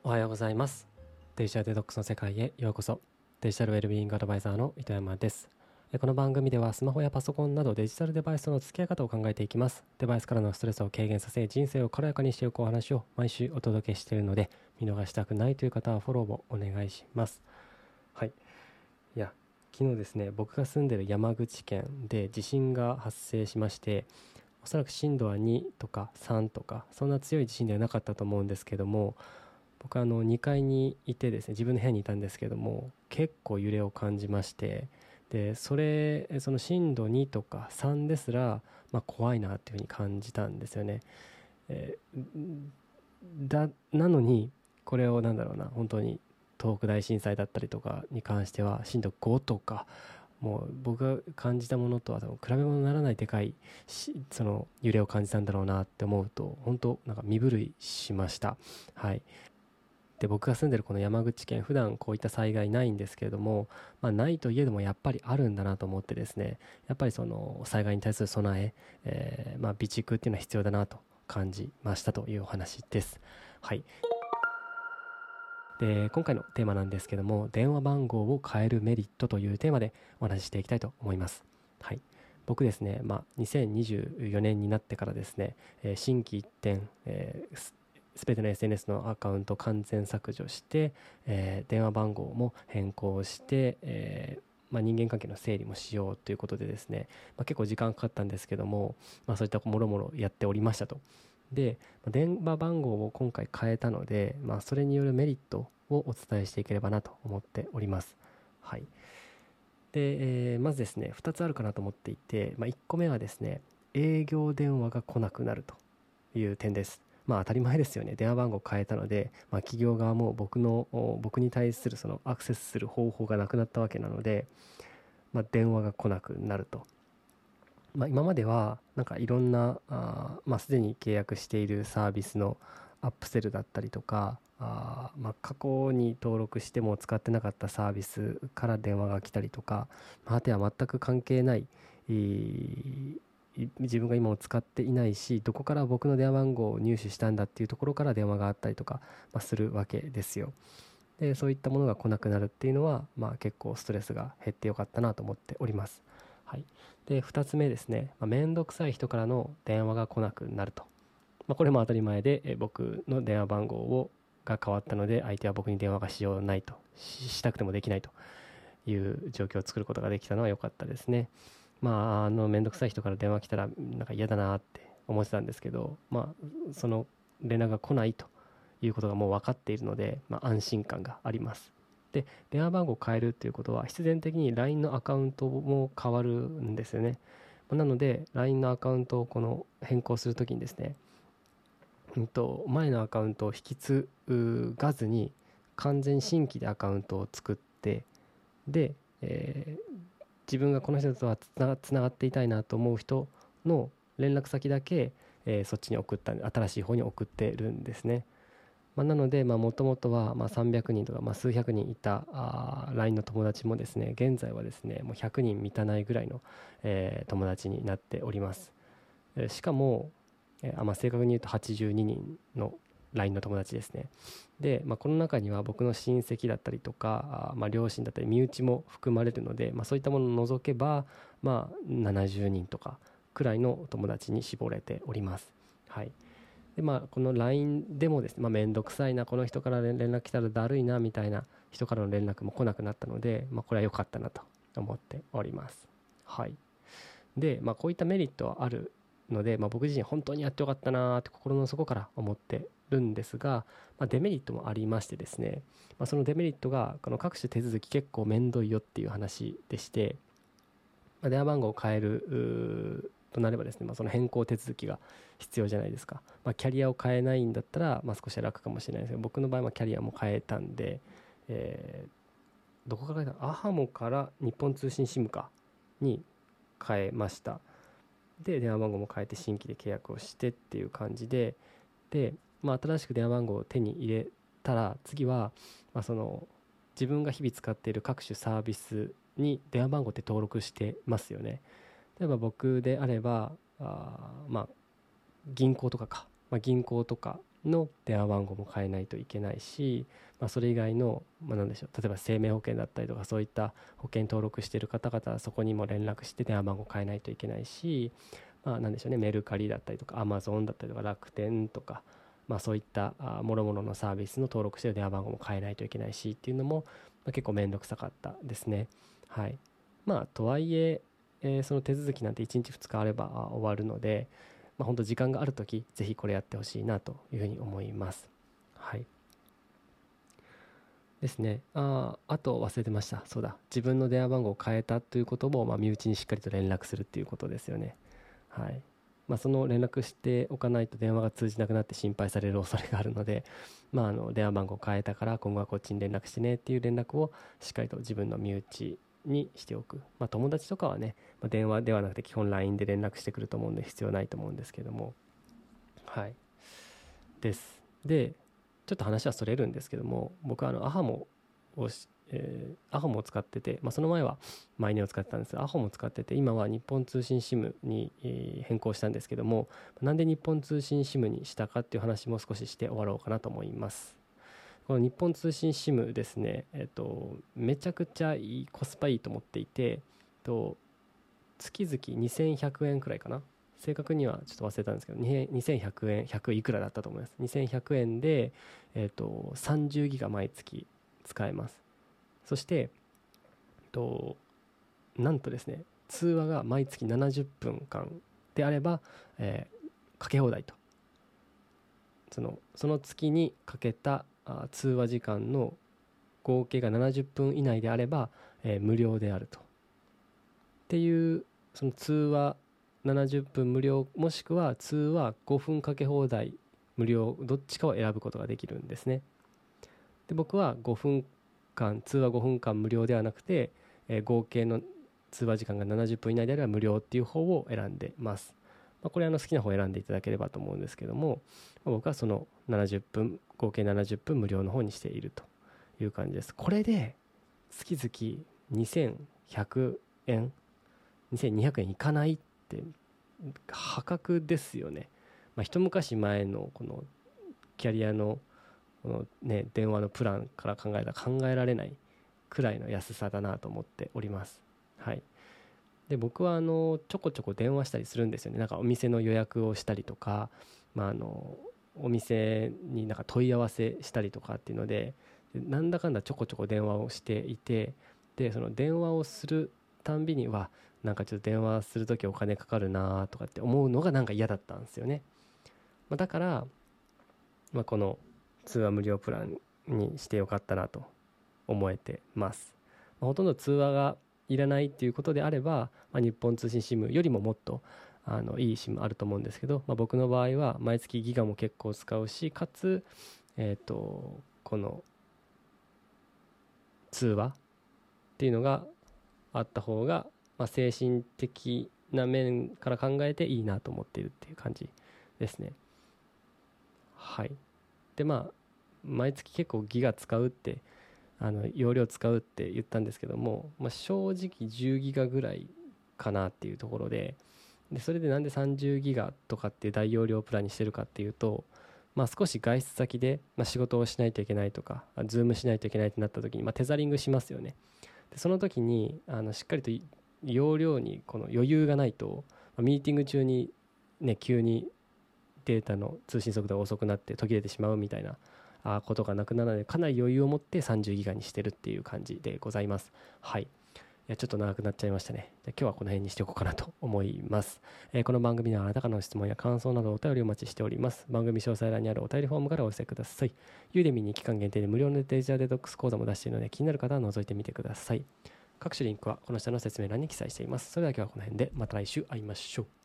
おはようございます。デジタルデトックスの世界へようこそ。デジタルウェルビーイングアドバイザーの糸山です。この番組ではスマホやパソコンなどデジタルデバイスとの付き合い方を考えていきます。デバイスからのストレスを軽減させ、人生を軽やかにしていくお話を毎週お届けしているので、見逃したくないという方はフォローをお願いします。はい。昨日ですね、僕が住んでいる山口県で地震が発生しまして、おそらく震度は2とか3とか、そんな強い地震ではなかったと思うんですけども、僕は2階にいてですね、自分の部屋にいたんですけども、結構揺れを感じまして、でその震度2とか3ですら、怖いなっていうふうに感じたんですよね。なのにこれを本当に東北大震災だったりとかに関しては震度5とか、もう僕が感じたものとは多分比べ物にならないでかいその揺れを感じたんだろうなって思うと、本当身震いしました。はい。で、僕が住んでるこの山口県、普段こういった災害ないんですけれども、ないといえどもやっぱりあるんだなと思ってですね、やっぱりその災害に対する備え、備蓄っていうのは必要だなと感じましたというお話です。はい。で、今回のテーマなんですけども、電話番号を変えるメリットというテーマでお話ししていきたいと思います。はい。僕ですね、2024年になってからですね、心機一転、すべての SNS のアカウントを完全削除して、電話番号も変更して、人間関係の整理もしようということでですね、結構時間かかったんですけども、そういったもろもろやっておりましたと。で、電話番号を今回変えたので、それによるメリットをお伝えしていければなと思っております。はい。で、まずですね、2つあるかなと思っていて、1個目はですね、営業電話が来なくなるという点です。当たり前ですよね。電話番号を変えたので、企業側も僕に対するそのアクセスする方法がなくなったわけなので、電話が来なくなると。今まではいろんなすでに契約しているサービスのアップセルだったりとか、過去に登録しても使ってなかったサービスから電話が来たりとか、あとは全く関係ない、自分が今も使っていないし、どこから僕の電話番号を入手したんだっていうところから電話があったりとか、するわけですよ。で、そういったものが来なくなるっていうのは、結構ストレスが減ってよかったなと思っております。はい。で、2つ目ですね、めんどくさい人からの電話が来なくなると。これも当たり前で、僕の電話番号が変わったので、相手は僕に電話がしようないと、したくてもできないという状況を作ることができたのは良かったですね。めんどくさい人から電話来たら嫌だなって思ってたんですけど、その連絡が来ないということがもう分かっているので、安心感があります。で、電話番号を変えるっていうことは必然的に LINE のアカウントも変わるんですよね。なので LINE のアカウントを変更するときにですね、前のアカウントを引き継がずに完全新規でアカウントを作って、で、自分がこの人とはつながっていたいなと思う人の連絡先だけ、そっちに新しい方に送ってるんですね。なので、もともとは300人とか、数百人いたLINE の友達もですね、現在はですね、もう100人満たないぐらいの、友達になっております。しかも、正確に言うと82人の LINE の友達ですね。で、この中には僕の親戚だったりとか、両親だったり身内も含まれるので、そういったものを除けば、70人とかくらいの友達に絞れております。はい。で、この LINE でもですね、めんどくさいな、この人から連絡来たらだるいなみたいな人からの連絡も来なくなったので、これは良かったなと思っております。はい。で、こういったメリットはあるので、僕自身本当にやってよかったなーって心の底から思ってるんですが、デメリットもありましてですね、そのデメリットがこの各種手続き結構めんどいよっていう話でして、電話番号を変えるとなればですね、その変更手続きが必要じゃないですか。キャリアを変えないんだったら、少し楽かもしれないですけど、僕の場合はキャリアも変えたんで、どこから変えたアハモから日本通信 SIM かに変えました。で、電話番号も変えて新規で契約をしてっていう感じで、新しく電話番号を手に入れたら、次は、その自分が日々使っている各種サービスに電話番号って登録してますよね。例えば僕であれば銀行とか銀行とかの電話番号も変えないといけないし、それ以外の、何でしょう、例えば生命保険だったりとか、そういった保険登録している方々はそこにも連絡して電話番号変えないといけないし、何でしょうね、メルカリだったりとかアマゾンだったりとか楽天とか、そういったもろもろのサービスの登録している電話番号も変えないといけないしっていうのも、結構面倒くさかったですね。はい。とはいえその手続きなんて1日2日あれば終わるので、本当時間があるときぜひこれやってほしいなというふうに思います。はいですね。あと忘れてました。そうだ、自分の電話番号を変えたということも、身内にしっかりと連絡するっていうことですよね。はい。その連絡しておかないと電話が通じなくなって心配される恐れがあるので、電話番号を変えたから今後はこっちに連絡してねっていう連絡をしっかりと自分の身内にしておく。友達とかはね、電話ではなくて基本 LINE で連絡してくると思うんで必要ないと思うんですけども、はいです。で、ちょっと話はそれるんですけども、僕はアハモをアホも使ってて、その前はマイネを使ってたんですが、アホも使ってて、今は日本通信 SIM に変更したんですけども、なんで日本通信 SIM にしたかっていう話も少しして終わろうかなと思います。この日本通信 SIM ですね、めちゃくちゃいい、コスパいいと思っていて、月々2100円くらいかな、正確にはちょっと忘れたんですけど、2100円、100いくらだったと思います。2100円で、30ギガ毎月使えます。そして、なんとですね、通話が毎月70分間であれば、かけ放題と。その月にかけた通話時間の合計が70分以内であれば、無料であると。っていう、その通話70分無料、もしくは通話5分かけ放題無料、どっちかを選ぶことができるんですね。で、僕は通話5分間無料ではなくて、合計の通話時間が70分以内であれば無料っていう方を選んでます。これ好きな方を選んでいただければと思うんですけども、僕はその70分、合計70分無料の方にしているという感じです。これで月々2100円、2200円いかないって破格ですよね。一昔前のこのキャリアのこの、電話のプランから考えたら考えられないくらいの安さだなと思っております。はい。で、僕はちょこちょこ電話したりするんですよね。なんかお店の予約をしたりとか、お店になんか問い合わせしたりとかっていうので、なんだかんだちょこちょこ電話をしていて、でその電話をするたんびにはなんかちょっと電話するときお金かかるなとかって思うのがなんか嫌だったんですよね。だから、この通話無料プランにしてよかったなと思えてます。ほとんど通話がいらないっていうことであれば、日本通信 SIM よりももっといい SIM あると思うんですけど、僕の場合は毎月ギガも結構使うし、かつ、この通話っていうのがあった方が、精神的な面から考えていいなと思っているっていう感じですね。はい。で、毎月結構ギガ使うって容量使うって言ったんですけども、正直10ギガぐらいかなっていうところで、それでなんで30ギガとかっていう大容量プランにしてるかっていうと、少し外出先で、仕事をしないといけないとか、ズームしないといけないってなった時に、テザリングしますよね。でその時にしっかりと容量にこの余裕がないと、ミーティング中に急にデータの通信速度が遅くなって途切れてしまうみたいなことがなくならない、かなり余裕を持って30ギガにしてるっていう感じでございます。はい。いや、ちょっと長くなっちゃいましたね。じゃ今日はこの辺にしておこうかなと思います。この番組ではあなたからの質問や感想などお便りをお待ちしております。番組詳細欄にあるお便りフォームからお寄せください。ユーデミに期間限定で無料のデジタルデトックス講座も出しているので、気になる方は覗いてみてください。各種リンクはこの下の説明欄に記載しています。それでは今日はこの辺で、また来週会いましょう。